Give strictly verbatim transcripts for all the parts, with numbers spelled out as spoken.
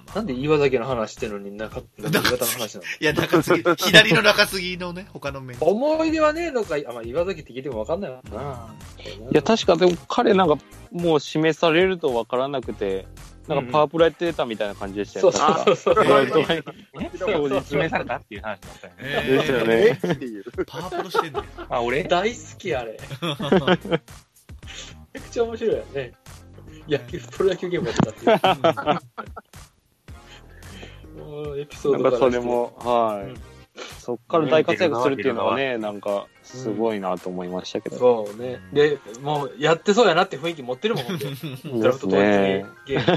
まあ。 なんで岩崎の話してるのに中、中岩田の話なの？ いや、中継ぎ、左の中継ぎのね、他の面。 思い出はねえのか、あ、まあ、岩崎って聞いても分かんないわな。 いや、確かでも彼なんか、もう示されると分からなくて、なんかパワープロやってたみたいな感じでしたよね。 そうそうそう。 割とね。 当日示されたっていう話だったよね。 えー、 ですよね。 っていう。 パワープロしてんねん。 あ、俺大好きあれ。めちゃくちゃ面白いよね。野球、プロ野球ゲームやってたっていう。もうエピソードなんかそからしてれも、はい。 うんそっから大活躍するっていうのはね、なんか、すごいなと思いましたけど。 そうね。で、もう、やってそうやなって雰囲気持ってるもん、ほんと。ドラフト統一ゲーム。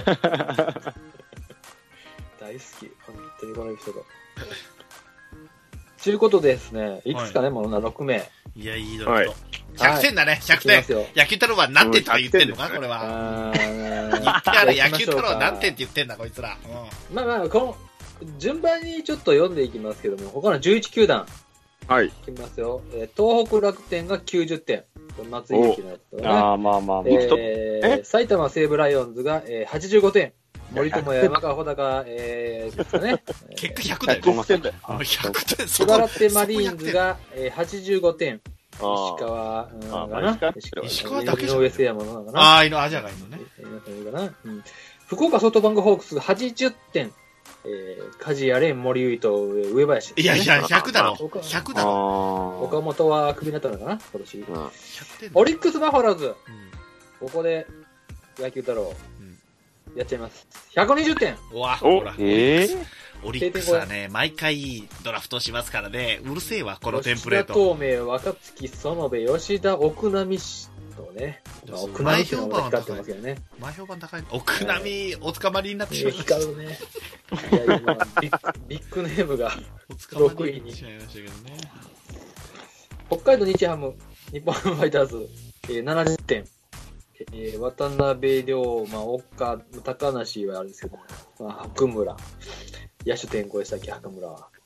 大好き。本当にこのエピソード。ということでですね、いくつかね、もうな、ろくめい。 いや、いいドラフト。ひゃくてんだね、ひゃくてん。野球太郎は何点とか言ってんのか、これは。言ってある野球太郎は何点って言ってんだ、こいつら。 まあまあ、この、順番にちょっと読んでいきますけども、他のじゅういち球団。 はい。 いきますよ。えー、東北楽天がきゅうじゅってん。これ松井裕樹のやつとかね。 ああ、まあまあ、 えー、埼玉西武ライオンズが、えー、はちじゅうごてん。森友や山川穂高、えー、ですかね。 結果ひゃくだよ。 ひゃくてんだよ。 ひゃくてん、 千葉ロッテマリーンズが、えー、はちじゅうごてん。石川、うん、かな。 石川だけじゃん。 井上誠也ものなのかな。 ああ、井上アジアがいいのね。 かな、うん。福岡ソフトバンクホークスがはちじゅってん。えー、梶谷蓮、森唯と上林、ね。 いやいや、ひゃくだろ。ひゃくだろ。岡本はクビになったのかな今年。 うん、 オリックスバファローズ。うん、ここで、野球太郎、うん、やっちゃいます。ひゃくにじゅってん。 うわ、ほら。 えー、 オリックスはね、毎回ドラフトしますからね、うるせえわ、このテンプレート。 吉田東明、若月、園部、吉田、奥波とね。奥波氏の方が光ってますけどね。 前評判高い。奥波、お捕まりになってしまいました。光るね。いや、今ビッ、ビッグネームがろくいに。北海道日ハム、日本ハムファイターズ、えー、ななじゅってん。えー、渡辺龍馬、岡、高梨はあれですけど、まあ、白村。野手転向でしたっけ、白村は。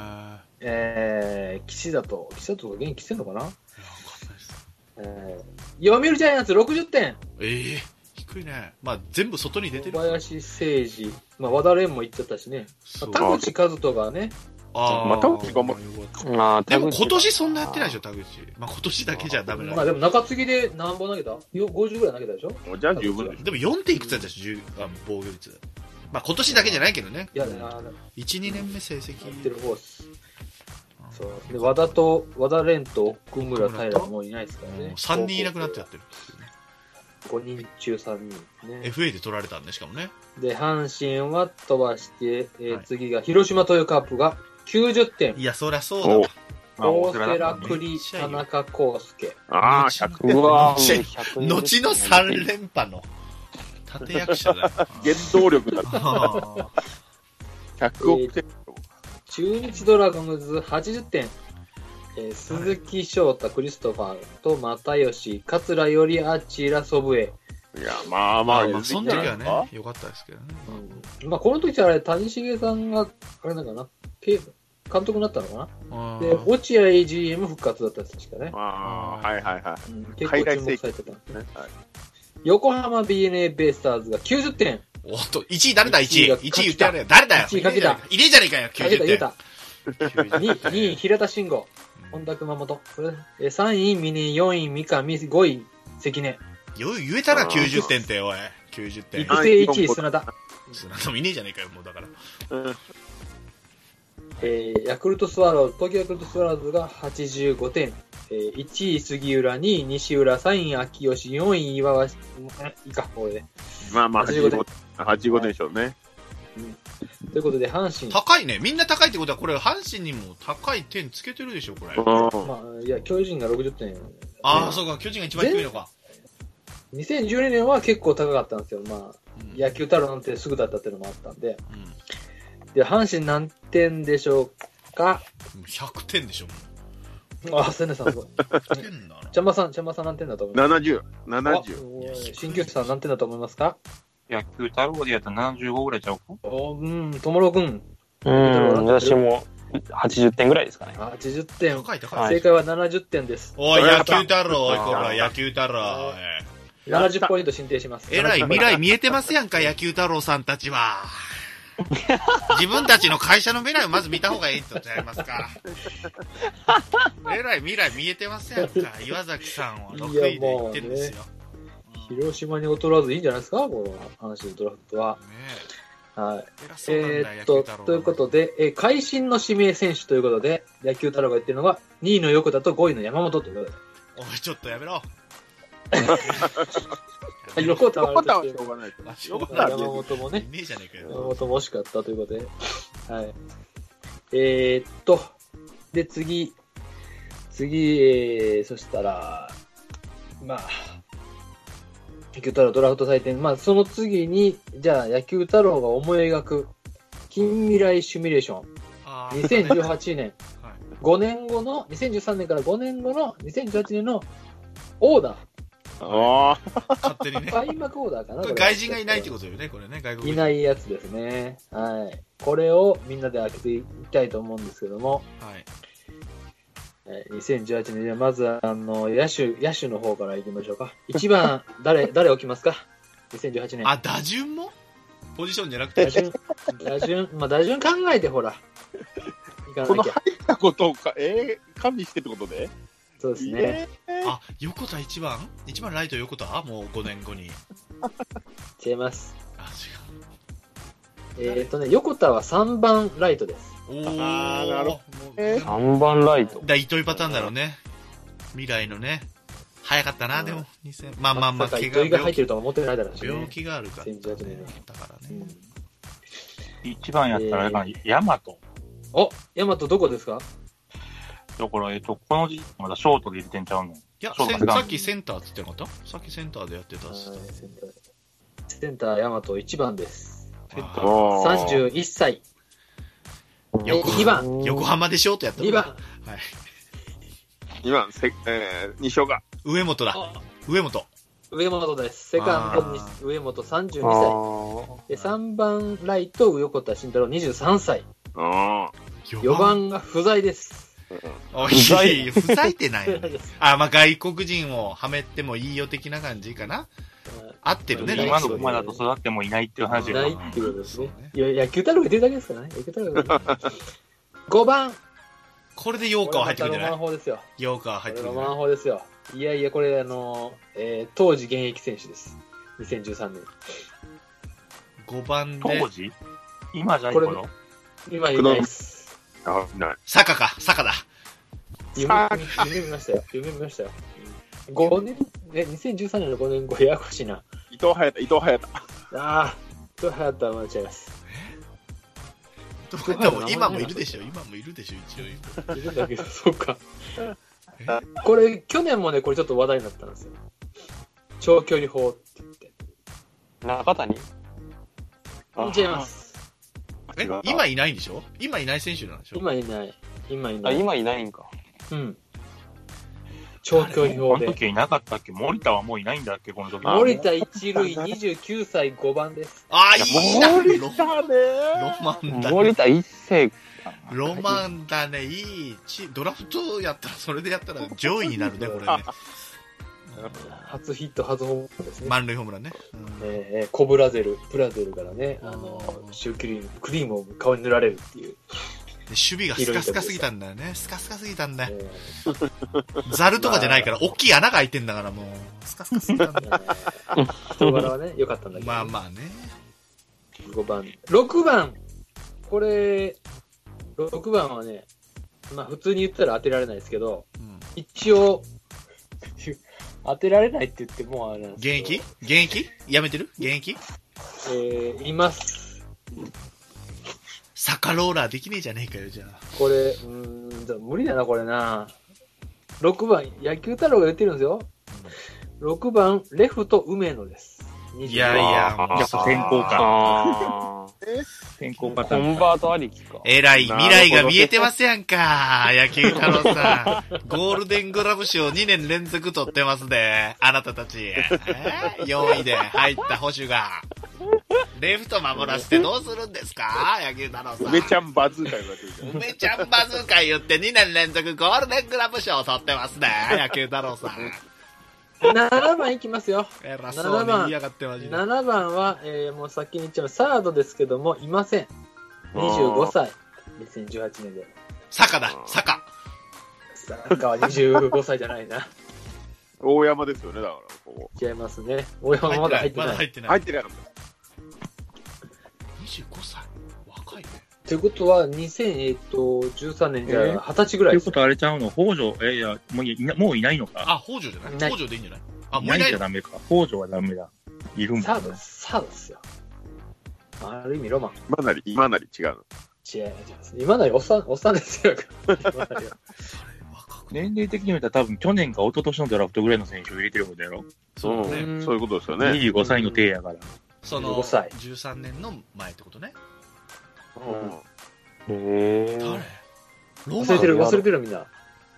えー、岸田と、岸田と元気してんのかな？いや、わかんないです。えー、読売ジャイアンツろくじゅってん。 ええー、低いね。まあ、全部外に出てる。 小林誠司、まあ、和田蓮も行っちゃったしね。まあ、田口和人がね。 ああ、まあ、田口頑張る。あでも今年そんなやってないでしょ、田口。まあ、今年だけじゃダメなまあ、でも中継ぎで何本投げた？ごじゅうぐらい投げたでしょ？ じゃあ十分でしょ。 でもよんてんいくつやったでしょ、防御率。まあ、今年だけじゃないけどね。 いや、 いち、にねんめ成績。 やってる方です。そう。で、和田と、和田蓮と奥村平もういないですからね。 さんにんいなくなってやってる。 ごにん中さんにんね。 エフエー で取られたんで、しかもね。 で、阪神は飛ばして、えーはい、次が広島トヨカープがきゅうじゅってん。 いや、そりゃそうだ。 大瀬良栗、田中康介。 ああ、ひゃくてん。 うわぁ。後のさん連覇の。立役者だよ。 原動力だ。ひゃくおくてん。 中日ドラゴンズはちじゅってん。えー、鈴木翔太、クリストファーと又吉、桂よりあちら祖父江。 いや、まあまあ、 まあ、その時はね、良かったですけどね。 うん、まあ、この時はあれ、谷繁さんが、あれだかな、監督になったのかな。で、落合 ジーエム 復活だったんです、確かね。 ああ、はいはいはい。 うん、結構注目されてたんですね。はい、横浜 ビーエヌエー ベイスターズがきゅうじゅってん。 おっと、いちい誰だ ?いちい。いちい言ってやれよ。誰だよ。 いちいかけた。 入れじゃねえかよ、きゅうじゅってん。 かけた、にい、にい、平田慎吾。本田熊本。さんい、峰、よんい、三上、ごい、関根。 よ、言えたらきゅうじゅってんって、おい。きゅうじゅってん。 育成いちい、砂田。 砂田もいねえじゃねえかよ、もうだから。 うんえー、ヤクルトスワローズ、東京ヤクルトスワローズがはちじゅうごてん。えー、いちい杉浦、にい西浦、さんい秋吉、よんい岩橋、いいか、これで。 まあまあ、はちじゅうごてん。はちじゅうごてんでしょうね。 うん。ということで、阪神。 高いね。みんな高いってことは、これ、阪神にも高い点つけてるでしょ、これ。 まあ、いや、巨人がろくじゅってん。 ああ、そうか、巨人が一番低いのか。 にせんじゅうにねんは結構高かったんですよ。まあ、うん、野球太郎なんてすぐだったっていうのもあったんで。うん、で、阪神何点でしょうか？ ひゃくてんでしょ。 あ、千年さん、そう。ちゃんまさん、ちゃんまさん何点だと思いますか？ ななじゅう。ななじゅう。 新旧さん何点だと思いますか？ 野球太郎でやったらななじゅうごぐらいちゃうか？ おうん、ともろくん。 うん、私もはちじゅってんぐらいですかね。 はちじゅってん。 高い高い。正解はななじゅってんです。 おい、野球太郎、おい、こら、野球太郎。 ななじゅうポイント進呈します。 えらい、未来見えてますやんか、野球太郎さんたちは。 自分たちの会社の未来をまず見た方がいいってことちゃいますか。えらい未来見えてませんか。岩崎さんはろくいで言ってるんですよ。 広島に劣らずいいんじゃないですか、この阪神ドラフトは。ね、はい。えー、っと、ということで、えー、会心の指名選手ということで、野球太郎が言ってるのが、にいの横田とごいの山本ということで。 おい、ちょっとやめろ。 横田は横田はしょうがないけど。 横田山本もね。 ねえじゃねえかよ。 山本も惜しかったということで。はい。えー、っと、で、次、次、えー、そしたら、まあ、野球太郎ドラフト祭典。まあ、その次に、じゃあ、野球太郎が思い描く、近未来シミュレーション。にせんじゅうはちねん、はい、ごねんごの、にせんじゅうさんねんからごねんごのにせんじゅうはちねんのオーダー。 ああ。勝手にね。 開幕オーダーかな。 外人がいないってことよね、これね、外国人。 いないやつですね。はい。これをみんなで開けていきたいと思うんですけども。はい。にせんじゅうはちねんで、まずあの、野手、野手の方からいきましょうか。いちばん、誰、誰置きますか ?にせんじゅうはちねん。 あ、打順もポジションじゃなくて。 打順、打順、まあ打順考えてほら。 この入ったことをか、えー、加味してってことでそうですね。 えー、あ、横田いちばん ?いち 番ライト横田もうごねんごに。 違います。 あ、 違う。えっとね、横田はさんばんライトです。 おー、あー、なるほど。さんばんライト。 だ、糸井パターンだろうね。未来のね。早かったな、でも。にせんまあまあまあ、 怪我。糸井が入ってるとは思ってないだろうし、ね。 病気があるから、ね。 にせんじゅうはちねんだからね。 いちばんやったら、やっぱり、ヤマト。 お、ヤマトどこですか？ だから、えっと、この時期まだショートで入れてんちゃうの？いや、さっきセンターって言ってなかった？さっきセンターでやってたっつって。 センター、センターヤマトいちばんです。センターさんじゅういっさい。 横にばん。 横浜でショートやったにばん。はい。 にばん、せえー、西岡。 上本だ。上本。 上本です。セカンドに上本さんじゅうにさい。で、さんばんライト、横田慎太郎にじゅうさんさい。よばんが不在です。 おい、不在不在ってないよね。あ、まあ、外国人をはめてもいいよ的な感じかな。合ってるね。 今の馬だと育ってもいないっていう話いないっていうことですね。いや、野球太郎が出るだけですからね。野球太郎がごばん。 これでヨーカー入ってくるんじゃない？ ロマン砲ですよ。 ヨーカー入ってくる。 ロマン砲ですよ。いやいや、これあの、えー、当時現役選手です。にせんじゅうさんねん。 ごばんで。 当時？今じゃない頃？ 今いないです。 あ、ない。 坂か、坂だ。 夢、夢見ましたよ。夢見ましたよ。ごねん、え、にせんじゅうさんねんのごねんご、ややこしいな。 伊藤隼太、伊藤隼太。 ああ、伊藤隼太は間違います。 今もいるでしょ、今もいるでしょ、一応。 いるんだけど、そうか。これ、去年もね、これちょっと話題になったんですよ。長距離砲って言って。 中谷？ 違います。 え、今いないんでしょ？今いない選手なんでしょ？ 今いない。今いない。 あ、今いないんか。 うん。長距離砲で。 この時いなかったっけ？森田はもういないんだっけこの時。 森田一塁にじゅうきゅうさいごばんです。 ああ、いいな。 森田ね。 ロマンだね。 森田一世。 ロマンだね。いい。ドラフトやったら、それでやったら上位になるね、これね。 初ヒット、初ホームランですね。 満塁ホームランね。 うん、えー、コブラゼル、ブラゼルからね、あの、シュークリーム、クリームを顔に塗られるっていう。 守備がスカスカすぎたんだよね。スカスカすぎたんだよ。ザルとかじゃないから、大きい穴が開いてんだからもう、スカスカすぎたんだよ。 人柄はね、良かったんだけど、ね。 まあまあね。 ごばん。ろくばん。これ、ろくばんはね、まあ普通に言ったら当てられないですけど、うん、一応、当てられないって言ってもうあれなんですけど。 現役現役やめてる現役えー、います。 サカローラーできねえじゃねえかよ、じゃあ。 これ、うーん、無理だな、これな。ろくばん、野球太郎が言ってるんですよ。ろくばん、レフト梅野です。 いやいや、 やっぱ先行か。先行パターン。 コンバートありきか。 えらい、未来が見えてますやんか。野球太郎さん。ゴールデングラブ賞にねん連続取ってますね。あなたたち。えー、よんいで入った捕手が。レフト守らせてどうするんですか野球太郎さん。 梅ちゃんバズーカ言われてるじゃん。 梅ちゃんバズーカ言ってにねん連続ゴールデングラブ賞取ってますね。野球太郎さん。 ななばんいきますよ。 偉そうに言いやがってマジで。 ななばんは、えー、もう先に言っちゃう。サードですけども、いません。にじゅうごさい。にせんじゅうはちねんで。 坂だ、坂。 坂はにじゅうごさいじゃないな。 大山ですよね、だから、ここ。 違いますね。大山まだ入ってない。 まだ入ってない。 入ってなかった。 にじゅうごさい。若いね。 ということは、にせんじゅうさんねんじゃえーはたちぐらいですよ。 ということはあれちゃうの北条、え、いや、もういなもういないのか。 あ、北条じゃないいない北条でいいんじゃないあ、 いないもういないのじゃダメか。北条はダメだ。いるんだサードで。す。サードですよ。ある意味ロマン。 今なり、今なり違うの。 違います。今なりおっさん、おっさんですよ。今なりは年齢的に言うと多分去年か一昨年のドラフトぐらいの選手を入れてることやろ。 そうだね。 うんそういうことですよね。 にじゅうごさいの手やから。 その、 じゅうごさいじゅうさんねんの前ってことね。 うん。 へ誰ー。 ロマン忘れてる、忘れてるみんな。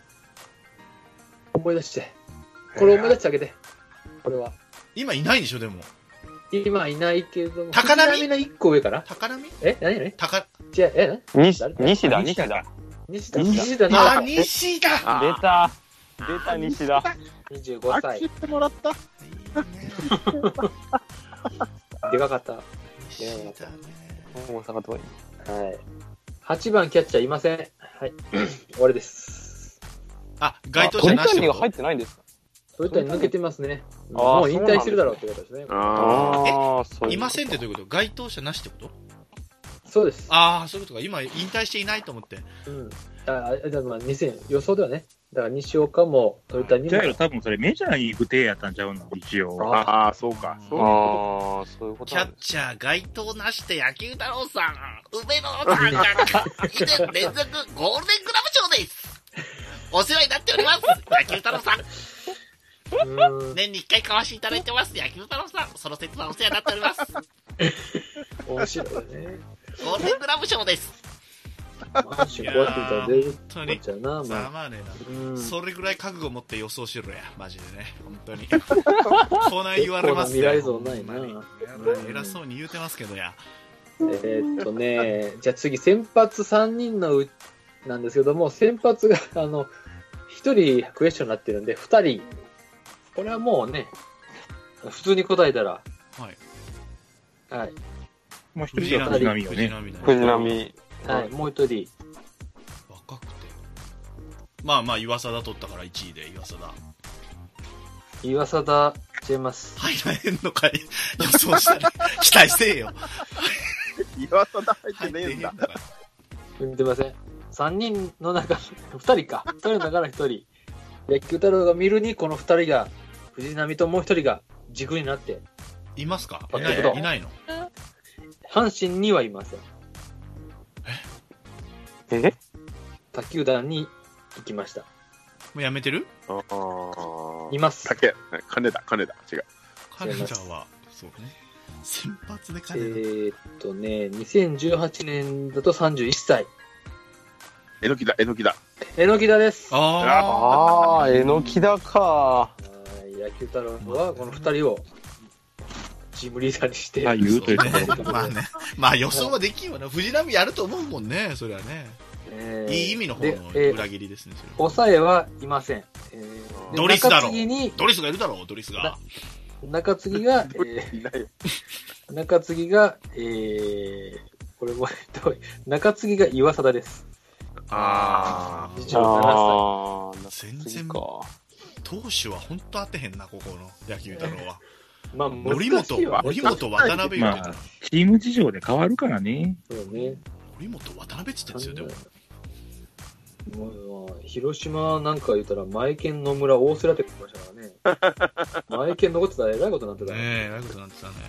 思い出して。これ思い出してあげて。これは。 今いないでしょ、でも。 今いないけども。 高波藤波のいっこ上かな高波え何何高、 違う、え西誰西田、西田。 西田、 西田西田あ、 な西田あ出た。出た西田。 にじゅうごさい。 切ってもらった。 いいね。 でかかった。 西田ね。 大阪桐蔭。 はい。はちばんキャッチャーいません。はい。終わりです。 あ、該当者なしってこと鳥谷が入ってないんですか？ トヨタに抜けてますね。 あーもう引退してるだろうってことですね。 あああ、そういうこと。 いませんってどういうこと該当者なしってことそうです。 ああ、そういうことか。今、引退していないと思って。 うん。あ、あ、だからまあにせん、予想ではね。だから西岡もトヨタにもじゃあ多分それメジャーに行く手やったんちゃうの一応。 あ。ああ、そうか。そういうこああ、そういうことキャッなんです。 チャー該当なしで野球太郎さん、梅野さんがにねん連続ゴールデングラブ賞です。お世話になっております。野球太郎さん。 うん。 年にいっかい買わしていただいてます。野球太郎さん。その説はお世話になっております。 面白いね。 ゴールデングラブ賞です。 マンション壊してみたら出る本当にこっちゃな、 ざまあ。 まあねえな。 うん。 それぐらい覚悟持って予想しろや。マジでね。本当に。こない言われますよ。 結構な未来像ないなほんまに偉そうに言うてますけどや。 えーっとね、じゃあ次、先発さんにんのうなんですけども、先発が、あの、ひとりクエスチョンになってるんで、ふたり。これはもうね、普通に答えたら、 はい。 はい。 もう一人は藤波よね。 藤波だね藤波。 はい、もう一人。 若くて。まあまあ、岩貞取ったからいちいで、岩貞。 岩貞、違います。 入らへんのかい予想したら。期待せえよ。 と。岩貞入入っててっねえんだ。 へんだから。 見てません。さんにんの中、ふたりか。ふたりの中のひとり。野球太郎が見るに、このふたりが、藤波ともうひとりが軸になって、 いますかあいないけどいないの阪神にはいません。 え他球団に行きました。 もうやめてるああ。 います。 竹、金田、金田、違う。 金田は、そうね。先発でえ金田。 ーっとね、にせんじゅうはちねんだとさんじゅういっさい。 えのきだ、えのきだ。 えのきだです。 あああ、えのきだか。 はい野球太郎はこのふたりをチームリーダーにして、 あ、言うというところ。 あ。まあね。まあ予想はできんわな。藤波やると思うもんね。それはね。 えーいい意味の方でのえー裏切りですね。それは抑えはいません。えーでドリスだろ中継ぎに、 ドリスがいるだろう、ドリスが。 中継ぎが、えいないよ。 ー中継ぎが、えー、これも、中継ぎが岩貞です。 あにじゅうななさい。 ああ、 全然か。 投手は本当当てへんな、ここの野球太郎は。 まあ、 森本、 難しいわ。 森本渡辺言うてたまあ。、チーム事情で変わるからね。 そうね。 森本渡辺って言ってんですよ、でも。 もう広島なんか言ったら、前剣野村大瀬良って言ってましたからね。前剣残ってたらえらいことになってた。 ねえ、えらいことになってたね。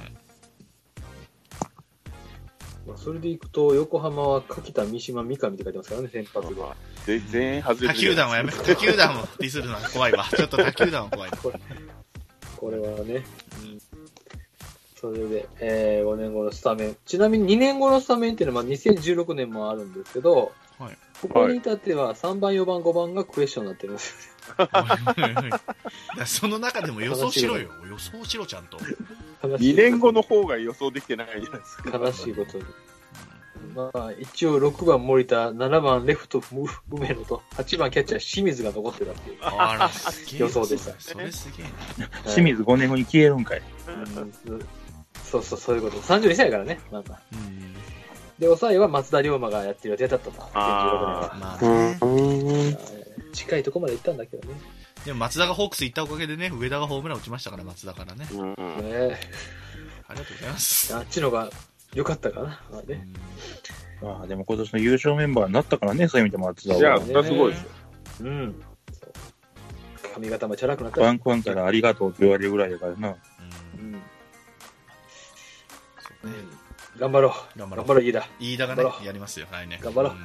まあ、それでいくと、横浜は柿田、三島、三上って書いてますからね、先発が。 で全員外れてる。 他球団はやめ、他球団をディスるのは怖いわ。ちょっと他球団は怖いわ。 これこれはね。うんそれで、えー、ごねんごのスタメン。ちなみににねんごのスタメンっていうのは、まあ、にせんじゅうろくねんもあるんですけど、 はい。 ここに至ってはさんばん、よばん、ごばんがクエスチョンになってるんですだからその中でも予想しろよ。予想しろ、ちゃんと。 よ。悲しいにねんごの方が予想できてないじゃないですか。 悲しいことに。 まあ、一応ろくばん森田、ななばんレフト梅野と、はちばんキャッチャー清水が残ってたっていうあら、すげえ。 予想でした。 それすげえな。 清水ごねんごに消えるんかい。 うん、そうそう、そういうこと。さんじゅうにさいからね、まあまあ。 うん。 で、抑えは松田龍馬がやってる予定だったと。にせんじゅうろくねんは。 まあね。 近いとこまで行ったんだけどね。 でも松田がホークス行ったおかげでね、上田がホームラン打ちましたから、松田からね。 うん。 ねありがとうございます。 あっちのが良かったかな。まあね。 まあでも今年の優勝メンバーになったからね、そういう意味でも松田は。 いや、それはすごいですよ。 うん。髪型もチャラくなったバンクファンからありがとうって言われるぐらいだからな。 うん。 そうね。 頑張ろう。 頑張ろう。 頑張ろう、飯田。 飯田がね、やりますよ、来年。 頑張ろう。うん。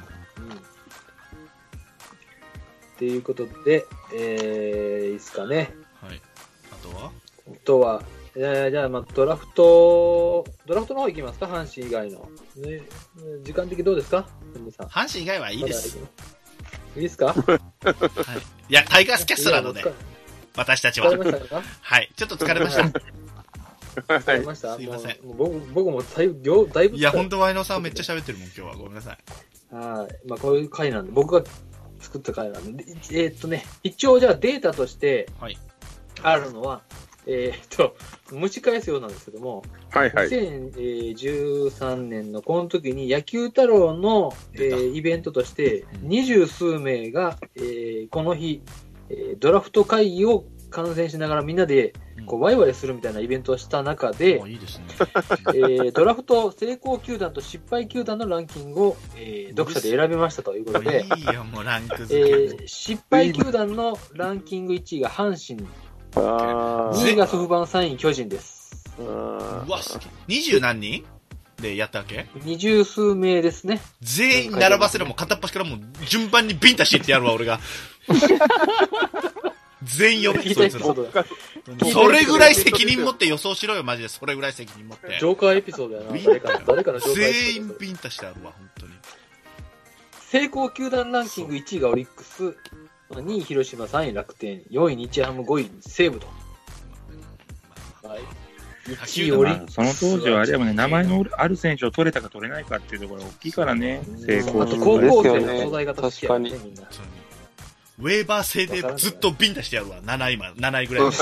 っていうことで、えー、いいですかね。 はい。あとはあとは、えー、じゃあ、まあ、ドラフト、ドラフトの方行きますか、阪神以外の。ね、時間的どうですか、皆さん。 阪神以外はいいです。 いいですかはい。 いや、タイガースキャストなので、私たちは。 疲れましたかはい。ちょっと疲れました。 疲れましたすいません。 もう僕僕もだいぶ、だいぶ。 いや、ほんと、ワイノさんめっちゃ喋ってるもん、今日は。ごめんなさい。 はい。まあ、こういう回なんで、僕が作った回なんで、えー、っとね、一応じゃあデータとしてあるのは、はい、えー、っと、蒸し返すようなんですけども、 はいはい。 にせんじゅうさんねんのこの時に野球太郎の、えー、イベントとして二十数名が、えー、この日、えー、ドラフト会議を観戦しながらみんなでこうワイワイするみたいなイベントをした中で、 うん、いいですね。 えー、ドラフト成功球団と失敗球団のランキングを、えー、読者で選びましたということで、 いいよ、もうランク付け。 えー、失敗球団のランキングいちいが阪神、 あにいがソフトバンク、さんい巨人です。 うわ、すげえ。二十何人でやったわけ？ 二十数名ですね。 全員並ばせるもん、片っ端からもう順番にビンタしていってやるわ、俺が。全員呼べ、そいつら。それぐらい責任持って予想しろよ、マジで。それぐらい責任持って。 ジョーカーエピソードやな。誰かの、誰かのジョーカーエピソード。 全員ビンタしてあるわ、本当に。 成功球団ランキングいちいがオリックス、にい広島、さんい楽天、よんい日ハム、ごい西武と。はい。いちいオリックス。 その当時はあれやもんね、名前のある選手を取れたか取れないかっていうところが大きいからね、成功あと高校生の素材が好きやね、みんな。 ウェーバー制でずっとビンタしてやるわ。なないま、なないぐらい。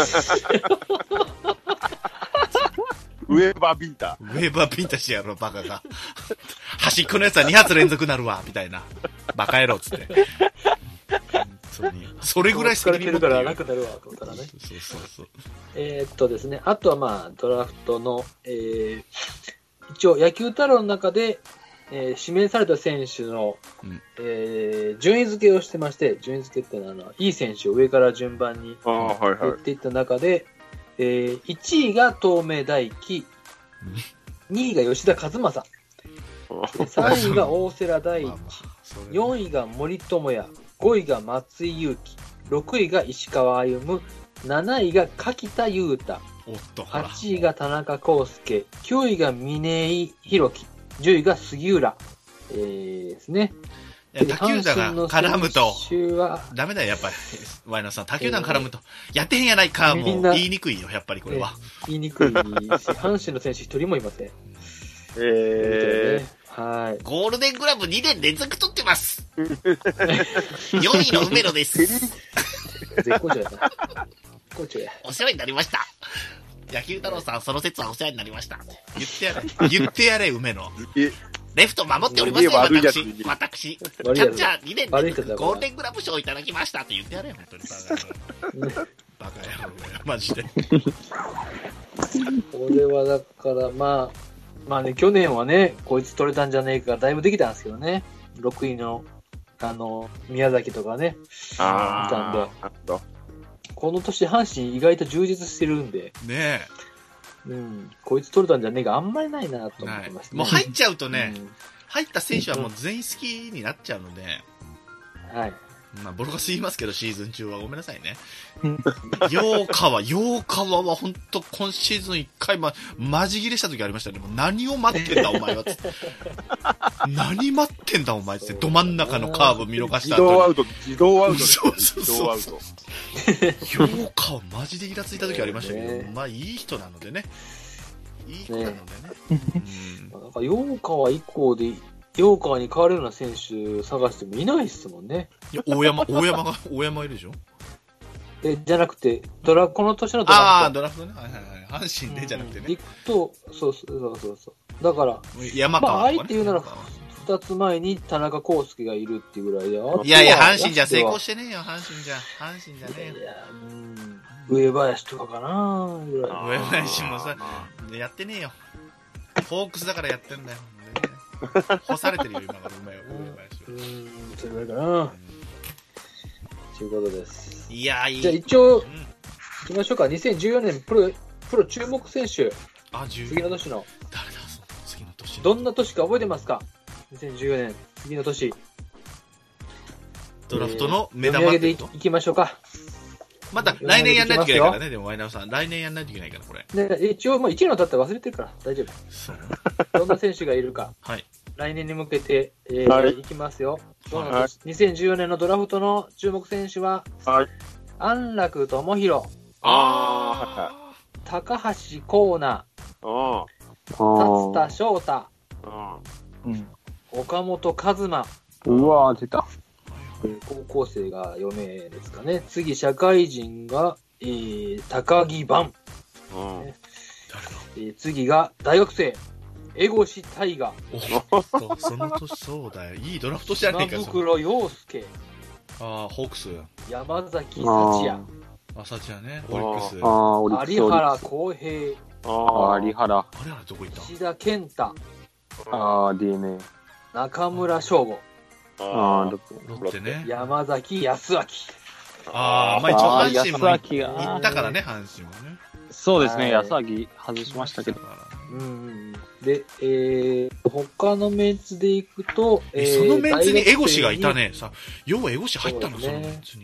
ウェーバービンタ。 ウェーバービンタしてやるわ、バカが。端っこのやつはに発連続なるわ、みたいな。バカ野郎っつって。本当に。それぐらい責任持ってるから楽になるわ、と思ったらね。 そうそうそう。 えー、っとですね、あとはまあ、ドラフトの、えー、一応野球太郎の中で、えー、指名された選手の、うんえー、順位付けをしてまして、順位付けっていうのは、あの、いい選手を上から順番に言っていった中で、えー、いちいが東名大輝、にいが吉田和正、さんいが大瀬良大地、よんいが森友哉、ごいが松井裕樹、ろくいが石川歩夢、なないが柿田裕太、はちいが田中康介、きゅういが峰井宏樹、じゅういが杉浦、えー、ですね。 いや、他球団が絡むと、ダメだよ、やっぱり。ワイナさん、他球団絡むと、えー、やってへんやないか、もう言いにくいよ、やっぱりこれは。 えー、言いにくいし、阪神の選手一人もいません。 えー、はい。 ゴールデングラブにねん連続取ってます。よんいの梅野です。 絶好調やな。絶好調や。 お世話になりました。野球太郎さん、その説はお世話になりました。言ってやれ。言ってやれ、梅野。レフト守っておりますよ、私。私。キャッチャーにねん連続ゴールデングラブ賞をいただきましたって言ってやれ、本当に。バカ野郎、マジで。 これはだから、まあ、まあね、去年はね、こいつ取れたんじゃねえか、だいぶできたんですけどね。ろくいの、あの、宮崎とかね。 ああ。見たんで。この年、阪神意外と充実してるんで。 ねえ。うん。こいつ取れたんじゃねえか、あんまりないなと思ってました、ね。 もう入っちゃうとね、うん、入った選手はもう全員好きになっちゃうので。 はい。 まあ、ボロカス言いますけど、シーズン中はごめんなさいね。陽川、陽川は本当今シーズンいっかい、ま、マジ切れした時ありましたね。もう何を待ってんだ、お前は。つって何待ってんだ、お前。つって、ど真ん中のカーブ見逃した後に。 自動アウト、自動アウト。 そうそうそう。 自動アウト。陽川、マジでイラついた時ありましたけど、ね、まあ、いい人なのでね。いい子なのでね。 うん、なんか陽川以降で、 ヨーカーに変わるような選手探してもいないっすもんね。 いや、大山、大山が、大山いるでしょ。 え、じゃなくて、ドラ、この年のドラフト。 ああ、ドラフトね。はいはいはい。阪神でじゃなくてね。 行くと、そうそうそうそう。だから、 山川、 まあ、あえて言うなら、二つ前に田中康介がいるっていうぐらいで。 いやいや、阪神じゃ成功してねえよ、阪神じゃ。阪神じゃねえよ。 いや、うん。上林とかかなぐらい。 上林もさ、やってねえよ。ホークスだからやってんだよ。干されてるよ、今からうまいよ、上林。 うーん、それぐらいかな。ということです。 いや、いい。 じゃあ一応、行きましょうか。にせんじゅうよねんプロ、プロ注目選手。 あ、じゅう次の年の。 誰だ、その次の年。 どんな年か覚えてますか ?にせんじゅうよねん、次の年。 ドラフトの目えー、 玉読み上げていきましょうか。 また来年やんないといけないからね、でもワイナーさん。来年やんないといけないから、これ。 ね、一応、もういちねん経ったら忘れてるから、大丈夫。 そう。 どんな選手がいるか。 はい。 来年に向けて、えーはいいきますよ。どうなはいんですにせんじゅうよねんのドラフトの注目選手は、 はい。 安楽智弘、 あ高橋光成、 ー、はい。 達田翔太、 あうん。 岡本和真、 うわー、出た。 高校生がよめいですかね。次、社会人が、えー、高木晩、 ーうん。 誰だえー次が大学生、江越大河、 おそその年、そうだよ。いいドラフトじゃねえか、 島それ。 袋洋介、 ああ、ホークス。 山崎あ幸也、 朝ちゃんね、オリックス。 あー、オリックス。 有原康平、 あー、有原。 あれあれどこ行った石田健太、 あー、ディーエヌエー。 中村翔吾、 あー、 あーロロッテね。 山崎康明。 ああ、まあ一応あー阪神も安明が行ったからね、阪神もね。 そうですね、 はい安明外しましたけど。 うんうんうん。で、えー、他のメンツでいくと、 え、そのメンツにエゴシがいたね。 ね。さ、要はエゴシ入ったの、そうそですねのメンツに。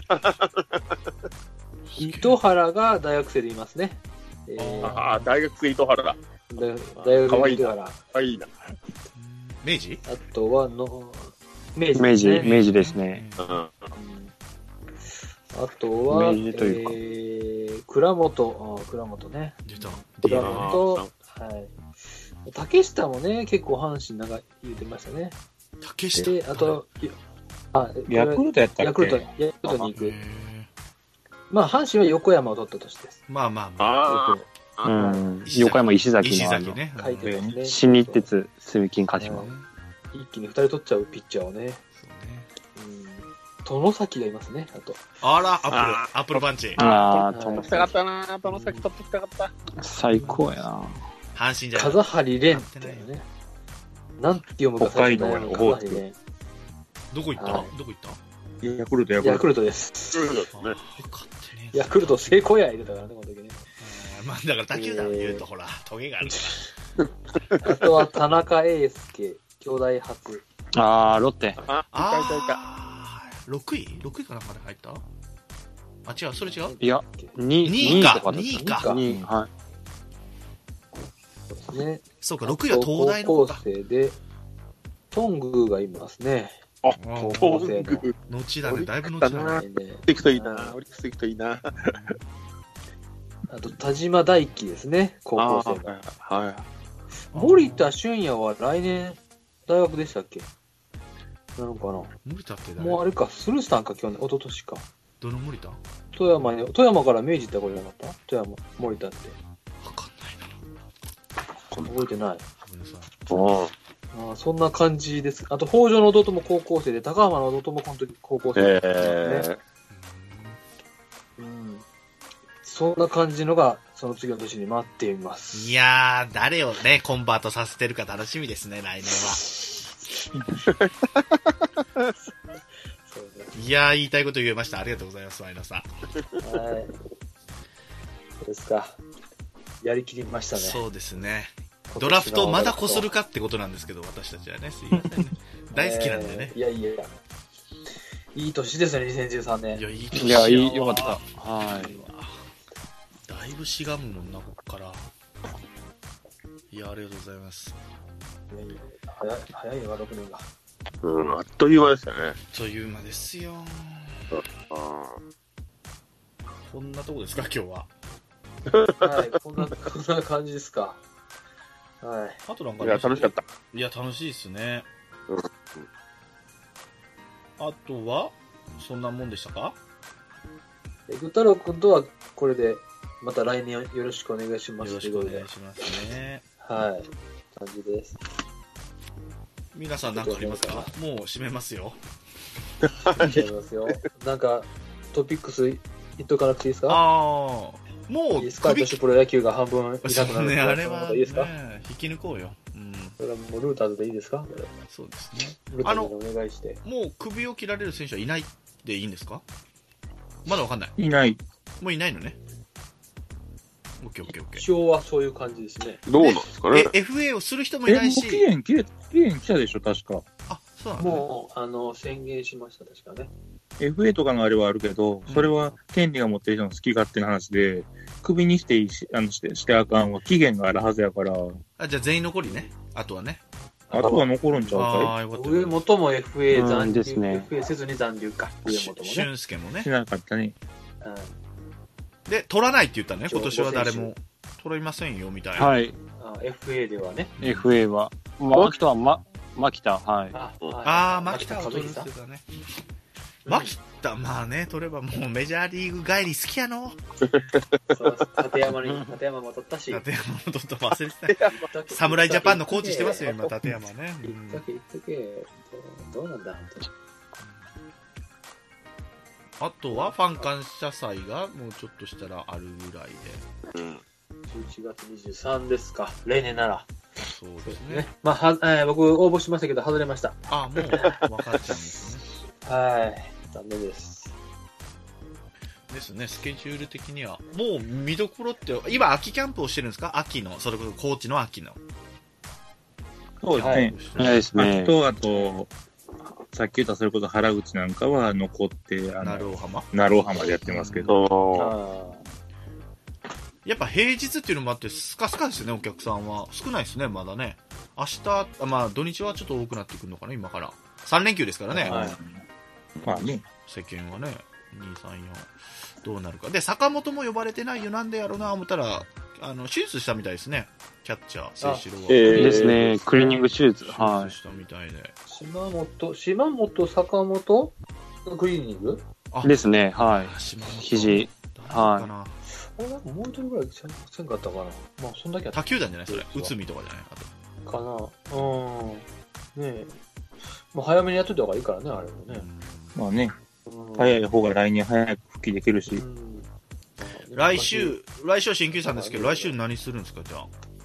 糸原が大学生でいますね。えー、 あー、大学生糸原だ。 大大学生で糸原。 あ、いいな。 明治あとはの、明治明治、 ですね。 明治ですね。 うん。 うんあとは、 明治というかえー、倉本、あ倉本ね。 出た。 倉ディーエヌエー本、はい。竹下もね、結構阪神なんか言ってましたね。 竹下。 で、あと、いあ、これヤクルトやったっけヤクルト、ヤクルトに行くへ。ーまあ、阪神は横山を取った年です。 まあまあまあ。 あうあ。 ん。横山石崎石のあの崎ね。 書いてますね。 新日鉄、住金鹿島そう。ね。 一気に二人取っちゃうピッチャーをね。 そうね。 うん。殿崎がいますね、あと。 あら、アップルあ、 アップルパンチ。 あー、 はい友取きたかったなどの先取ってきたかった。 最高やな。 阪神じゃない。 風張蓮っていうね。なんて読むか北海道や風オホーツク張蓮。 どこ行ったはいどこ行ったヤクルト、ヤクルト。 ヤクルトです。 そうですね。 あー勝ってね。 ヤクルト成功や、言うてたからね、この時ね。 えーまあだから他球団言うとほら、トゲがあるかあとは田中英介、兄弟初。 あー、ロッテ。 あ、いたいたいた。 あー、ろくい ?ろく 位かなんかで入ったあ、違う、それ違ういや、ににいかとかだったにいかにいはい。 そうですね。 そうか、ろくいは東大の子高校か。 生で、トングがいますね。 あ、 うんトトンンググ。 後だね、だいぶ後だね。 はいね。 行くといいなオリックス行くといいなあと、田島大輝ですね、高校生の。 あはい。 森田俊也は来年、大学でしたっけなのかな森田って誰もうあれか、スルーしたんか、去年、一昨年か。 どの森田わ富山に、富山から明治ってこれなかった富山、森田って。 かんないな。 覚えてない。 ごめんなさい。 おあーそんな感じです。あと、北条の弟も高校生で、高浜の弟もこの時高校生えですね。うん。そんな感じのが、その次の年に待っています。 いやー、誰をね、コンバートさせてるか楽しみですね、来年は。 そうです。 いやー、言いたいこと言えました。ありがとうございます、ワイナさん。 はい。そうですか。やりきりましたね。 そうですね。ドラフトまだこするかってことなんですけど、私たちはね、すいませんね。大好きなんでねえ。ーいやいやいや。いい年ですね、にせんじゅうさんねん。 いや、いい年いや、いい、よかった。はい。 だいぶしがむもんな、こっから。いや、ありがとうございます。 いやいや早い、早いわ、ろくねんが。 うん、あっという間でしたね。 という間ですよ。 あこんなとこですか、今日は。 はい、こんな、こんな感じですか。はい。 あとなんかいや、楽しかった。 いや、楽しいですね。 あとは、そんなもんでしたか？ えぐ太郎くんとはこれで、また来年よろしくお願いします。 よろしくお願いしますね。 はい。感じです。 皆さん何かありますか？もう締めますよ。 締めますよ。なんか、トピックス言っとかなくていいですか？ ああ、もういいですか？女子プロ野球が半分いなくなるね、あれは、ね、 いいですか？ 引き抜こうよ。うん。 それはもうルーターズでいいですか？ そうですね。 ルーターズでお願いして。 もう首を切られる選手はいないでいいんですか？まだわかんない。 いない。 もういないのね。オッケーオッケーオッケー。 一応はそういう感じですね。 どうなんですかね。 え、エフエー をする人もいないし。 え、もう期限切れ、期限来たでしょ、確か。 あ、そうなんだ、ね。 もう、あの、宣言しました、確かね。 エフエー とかのあれはあるけど、それは権利が持ってる人の好き勝手な話で、クビにしていいし、あの、して、してあかんは期限があるはずやから。 あ、じゃあ全員残りね。あとはね。 あとは残るんちゃうかああ、よかった。 上本も エフエー 残留、 うんですね、 エフエー せずに残留か。上本もね。 俊介もねい。しなかったね。 うん。 で、取らないって言ったね。今年は誰も取りませんよ、みたいな。 はい。 あ エフエー ではね。 エフエー は。まあ、あとは、ま、牧田、はい。 あ、 ああ、牧田を取るってさん言ってたね。牧田、まあね、取ればもうメジャーリーグ帰り好きやの。 立山に、立山も取ったし。 立山も取った忘れてた。侍ジャパンのコーチしてますよ、今、立山ね。 言っとけ、言っとけ。どうなんだ、本当に。 あとはファン感謝祭がもうちょっとしたらあるぐらいで。 うん。 じゅういちがつにじゅうさんですか。例年なら。 そうですね。 まあ、は、えー、僕応募しましたけど、外れました。 あ、もう分かっちゃうんですね。 はい。残念です。 ですね、スケジュール的には。もう見どころって、今秋キャンプをしてるんですか？秋の、それこそ高知の秋の。 そうですね。 はいですね。 あと、あと、さっき言ったそれこそ原口なんかは残って、あの、 鳴尾浜鳴尾浜でやってますけど。 あやっぱ平日っていうのもあってスカスカですよね、お客さんは。少ないですね、まだね。明日、あまあ土日はちょっと多くなってくるのかな、今から。さん連休ですからね。 はい。 まあね。 世間はね、に、さん、よん。どうなるか。で、坂本も呼ばれてないよ。なんでやろうな、思ったら、あの、手術したみたいですね。キャッチャー、聖志郎は。 えーですね。クリーニング手術。 手は術したみたいで。 島本、島本、坂本クリーニングあい。ですね。はい。 島本肘。 誰かな。 あれなんかもう一人ぐらいせんかったかな。まあ、そんだけあった他球団じゃないそれ。内海とかじゃないあと。 かな。うん。ねえ。まあ、早めにやっといた方がいいからね、あれもね。 まあね。 うん、 早い方が来年早く復帰できるし。 うん、 来週、来週は新球さんですけど、来週何するんですか、じゃあ。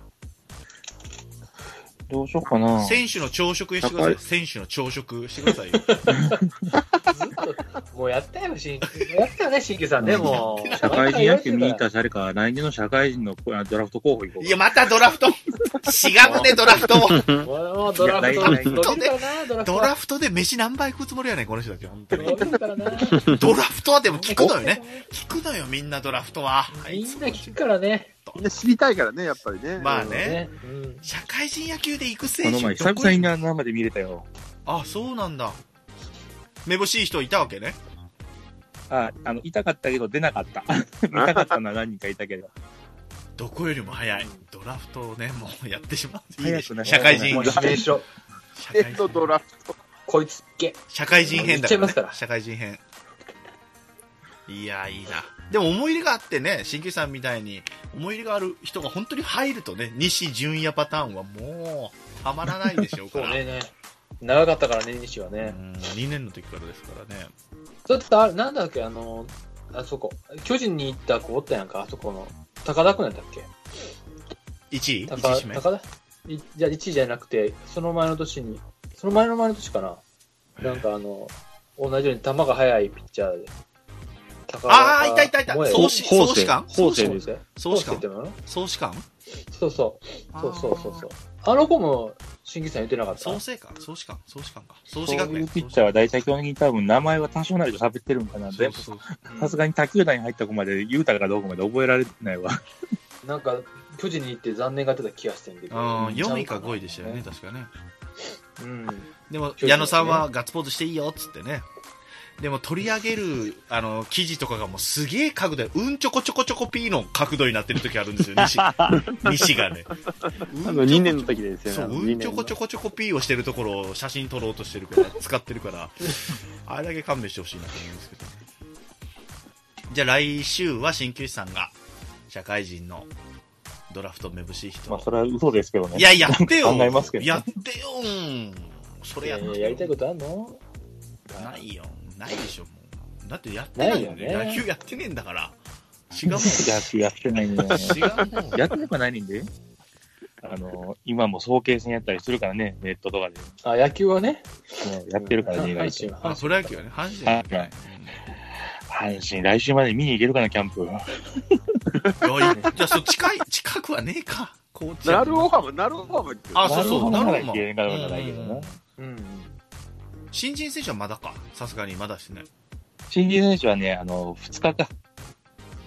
どうしようかな。 選手の朝食してください。選手の朝食してくださいよ。 ずっと、もうやったよ、新規。やったよね、新規さんね、もう。 社会人野球見に行ったら誰か、来年の社会人のドラフト候補行こうか。 いや、またドラフトしがむね、ドラフトも。 もうドラフト、伸びるからな、ドラフト。 ドラフトで飯何倍食うつもりやねん、この人だけ、本当に。 伸びるからな。 ドラフトはでも聞くのよね。聞くのよ、みんなドラフトは。 みんな聞くからね。 みんな知りたいからね、やっぱりね。 まあね。 ねうん、 社会人野球で行く選手この前、久々に生で見れたよ。 あ、そうなんだ。めぼしい人いたわけね。 あ、あの、痛かったけど出なかった。見たかったのは何人かいたけど。 どこよりも早い。ドラフトをね、もうやってしまう。いいでしょ。 早くな社会人もう。指名書。 社会人のドラフト。 こいつっけ。 社会人編だから、ね言っちゃいますから。 社会人編。いや、いいな。でも思い入れがあってね、新旧さんみたいに思い入れがある人が本当に入るとね、西純也パターンはもうたまらないでしょうから。 そうねね。長かったからね、西はね。 うん、にねんの時からですからね。 だってあれ、なんだっけ、あの、あそこ、巨人に行った子おったやんか、あそこの、高田くんやったっけいちい ?いち高位指名高田いじゃあいちいじゃなくて、その前の年に、その前の前の年かな。なんかあの、同じように球が速いピッチャーで。 ああ、いたいたいた。 もえ総司、総司官法政です。 総司官そうって言うの総司官そうそう。そうそうそうそう。あの子も、新規さん言ってなかった創生官総司官総司官か。総そう司学園。 いうピッチャーは大体基本的に多分名前は多少なりと喋ってるんかな。 そう全部そうさすがに他球団に入った子まで言うたかどうかまで覚えられてないわ。 なんか、巨人に行って残念がってた気がしてんけど。 あーよんいかごいでしたよね、確かね。 うん。 でも、矢野さんはガッツポーズしていいよっつってね。 でも取り上げる、あの、記事とかがもうすげえ角度で、うんちょこちょこちょこ P の角度になってる時あるんですよ、西。西がね。 あのにねんの時ですよね。 そう、うんちょこちょこちょこ P をしてるところを写真撮ろうとしてるから、使ってるから、あれだけ勘弁してほしいなと思うんですけど。じゃあ来週は鍼灸師さんが、社会人のドラフトめぶしい人。 まあ、それは嘘ですけどね。 いや、やってよ。 考えますけどねやってよ。それやってよ。 えーやりたいことあんの？ ないよ。ないでしょ、もう。だってやってないよね。 ないよね野球やってねえんだから。違うもん。 野球やってないんで。 違うもん。 やってなくはないんで。あの、今も早慶戦やったりするからね、ネットとかで。 あ、野球はね。 もうやってるからね、意外阪神と。 あ、プロ野球はね、阪神はね。 阪神、来週まで見に行けるかな、キャンプ。 いや、じゃあ、そう、近い、近くはねえか。高知なるほど、なるほど。 あ、そうそう、なるほど。 行けるかどうかないけどな。 うん。 新人選手はまだか。さすがにまだしてない。 新人選手はね、あの、ふつかか。 え ?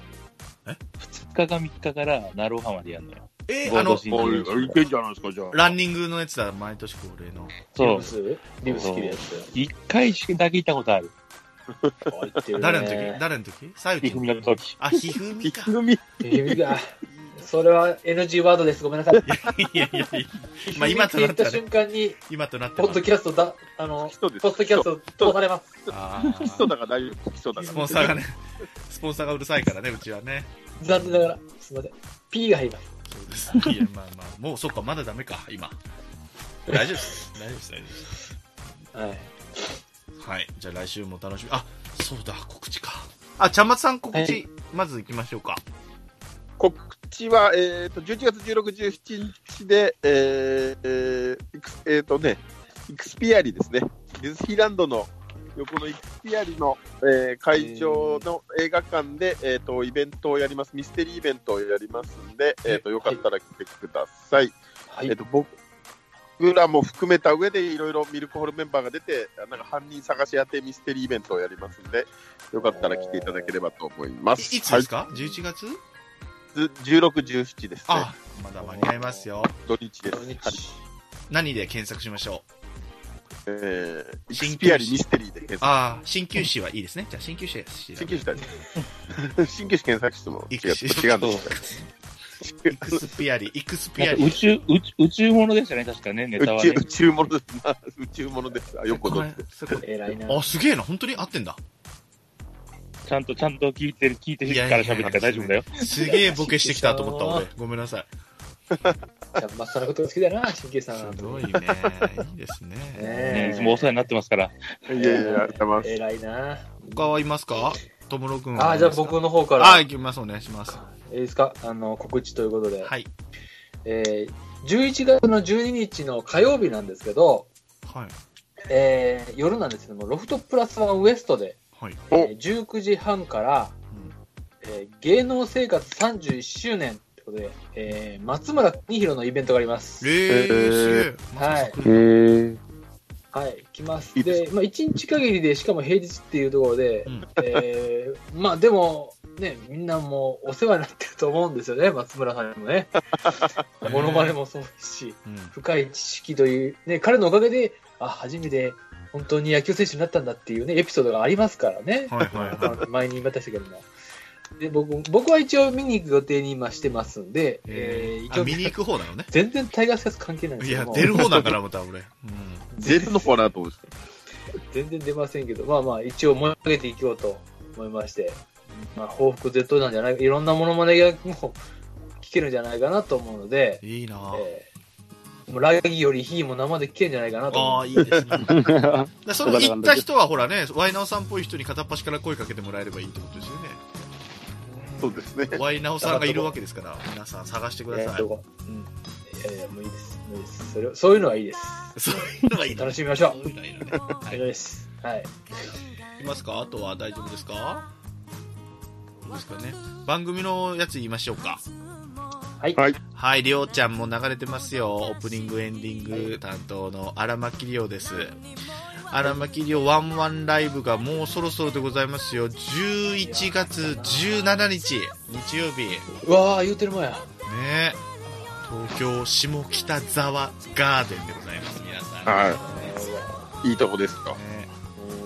ふつかかみっかから、ナローハまでやるのよ。 えー、あの、 おい、いけんじゃないですか、じゃあ。 ランニングのやつだ、毎年恒例の。 そう。 リブスキルやつ。 一回だけ行ったことある。 誰の時誰の時さゆきひふみの時。 あ、ひふみか。 ひふみ。 ひふみが、それは エヌジー ワードです。ごめんなさい。 いやいやいや。まあ今とな言ったったらね瞬間に、 今となってポッドキャストだ、あの、 人ですポッドキャスト通されます。 あ基礎だから大丈夫。基礎だスから。 ポンサーがね、スポンサーがうるさいからね、うちはね。 残念ながら、すいません。P が入ります。 そうです。いや、まあまあ、もうそっか、まだダメか、今。大丈夫です。大丈夫です、大丈夫です。 はい。 はい。じゃあ来週も楽しみ。あ、そうだ、告知か。あ、ちゃんまつさん告知、 はいまず行きましょうか。 告知は、えっ、と、じゅういちがつじゅうろく、じゅうしちにちで、えー、えー、イクスえっ、とね、イクスピアリですね。ディズニーランドの横のイクスピアリの、えー、会場の映画館で、えっ、と、イベントをやります。ミステリーイベントをやりますんで、えっ、と、よかったら来てください。 はいえっ、と、僕らも含めた上でいろいろミルクホールメンバーが出て、なんか犯人探し当てミステリーイベントをやりますんで、よかったら来ていただければと思いまいす。 いつですか、はい、じゅういちがつじゅうろく、じゅうしちですね。 あ、まだ間に合いますよ。 土日です。 土日はい、 何で検索しましょう。えー、イクスピアリミステリーで検索。 ああ、鍼灸師はいいですね。じゃあ鍼灸師鍼灸師だね。鍼灸師検索しても違う。違うんですイクスピアリ、イクスピアリ。 宇宙、宇宙、宇宙ものでしたね、確かね、ネタはね。 宇宙ものです。宇宙ものです。あ、よくご存知です。 偉いな。 あ、すげえな。本当に合ってんだ。 ちゃんと、ちゃんと聞いてる、聞いてるから喋るから大丈夫だよ。 すげえボケしてきたと思った、俺。ごめんなさい。 じゃあ、まっさのことが好きだな、神経さん。 すごいね。いいですね。 ねいつもお世話になってますから。 いやいや、ありがとうございます。 偉いな。 他はいますか、ともろくんは。 あ、じゃあ僕の方から。 あ、いきます。お願いします。 いいですか、あの、告知ということで。 はい。 えー、じゅういちがつのじゅうににちの火曜日なんですけど、 はい。 えー、夜なんですけども、ロフトプラスワンウエストで、 はい。 えー、じゅうくじはんから、えー、芸能生活さんじゅういっしゅうねんということで、えー、松村邦弘のイベントがあります。 えー、すげえ。 はいへー。 はい、来ます。 いいですで、まあ、いちにち限りで、しかも平日っていうところで、 うんえー、まあでも、ね、みんなもうお世話になってると思うんですよね、松村さんにもね。モノマネもそうですし、 うん。 深い知識という、ね、彼のおかげで、あ、初めて本当に野球選手になったんだっていうね、エピソードがありますからね。 はいはいはい。 前に言いましたけども。で、僕、僕は一応見に行く予定に今してますんで、えー、一あ、 応、 見に行く方なのね。 全然タイガースキャス関係ないんですいや、 けども。 出る方なんかな、また俺。うん。 出るのかなと思って。 全然出ませんけど、まあまあ、一応盛り上げていこうと思いまして、まあ、報復絶倒なんじゃないか、いろんなものまねがもう聞けるんじゃないかなと思うので、 いいなぁ。 えー、もうラギよりヒーも生で聞けるんじゃないかなと思ああ、 う。 いいですね。でその行った人はほらね、ワイナオさんっぽい人に片っ端から声かけてもらえればいいってことですよね。 そうですね。 ワイナオさんがいるわけですから、皆さん探してください。 えーどこうん。いやいや、もういいです。もういいです。それそういうのはいいです。 そういうのがいいな。 楽しみましょうそういうのがいいのね。 大はい。 丈夫です。はい。 いますか？あとは大丈夫ですか？どうですかね。番組のやつ言いましょうか。 はい。 はい。 はい、りょうちゃんも流れてますよ。オープニング、エンディング担当の荒牧りょうです。荒牧りょうワンワンライブがもうそろそろでございますよ。じゅういちがつじゅうしちにち、日曜日。ねうわー、言うてるもんや。 え。東京下北沢ガーデンでございます、皆さん。 はい。いいとこですよ。 ね、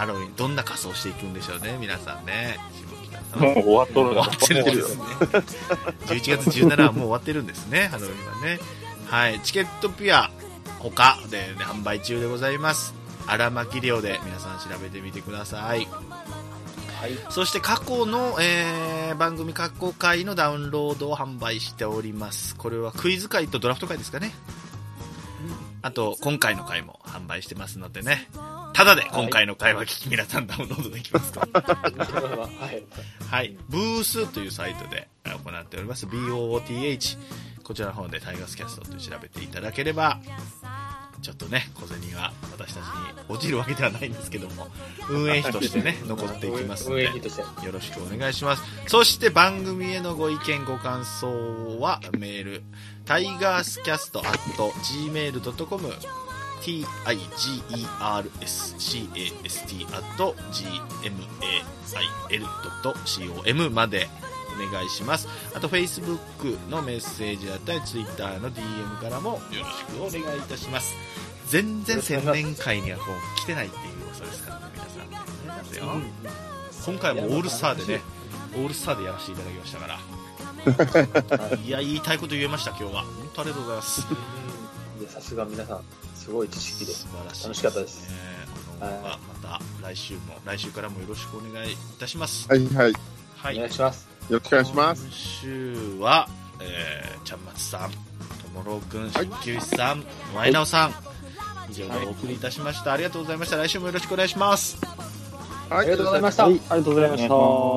ハロウィンどんな仮装していくんでしょうね、皆さんね。下北さんもう終わっとる終わってるんですね。じゅういちがつじゅうしちにちはもう終わってるんですね、ハロウィンはね。はい、チケットピア他で、ね、販売中でございます。荒牧亮で皆さん調べてみてください。はい、そして過去の、えー、番組過去回のダウンロードを販売しております。これはクイズ回とドラフト回ですかね。あと今回の回も販売してますのでね、ただで今回の回は聞き皆さんダウンロードできますと。はい、はい、ブースというサイトで行っております ビーオーティーエイチ、 こちらの方でタイガースキャストと調べていただければ、ちょっとね小銭は私たちに落ちるわけではないんですけども、運営費としてね残っていきますのでよろしくお願いします。そして番組へのご意見ご感想はメールタイガースキャストアットジーメールドットコム ティーアイジーイーアールエスシーエーエスティー アット ジーエムエーアイエルドットコム までお願いします。あと Facebook のメッセージだったり Twitter の ディーエム からもよろしくお願いいたします。全然宣伝会にはこう来てないっていう噂ですからね、皆さんね。ですよ、うん、今回もオールスターでね、オールスターでやらせていただきましたからいや言いたいこと言えました今日は。本当ありがとうございます。 さすが皆さんすごい知識で素晴らしい、 楽しかったです、ね。 あのまた来週も来週からもよろしくお願いいたします。 はいはい、 はい、お願いします。 よろしくお願いします。 今週は、えー、ちゃんまつさん、ともろうくん、しっきゅうしさん、まいなおさん、以上でお送りいたしました。ありがとうございました。来週もよろしくお願いします。 はい、ありがとうございました。 はい、ありがとうございました。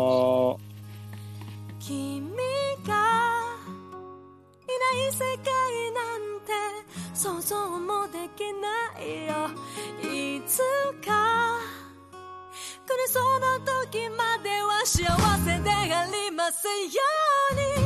君がいない世界なんて想像もできないよ。いつか来るその時までは幸せでありますように。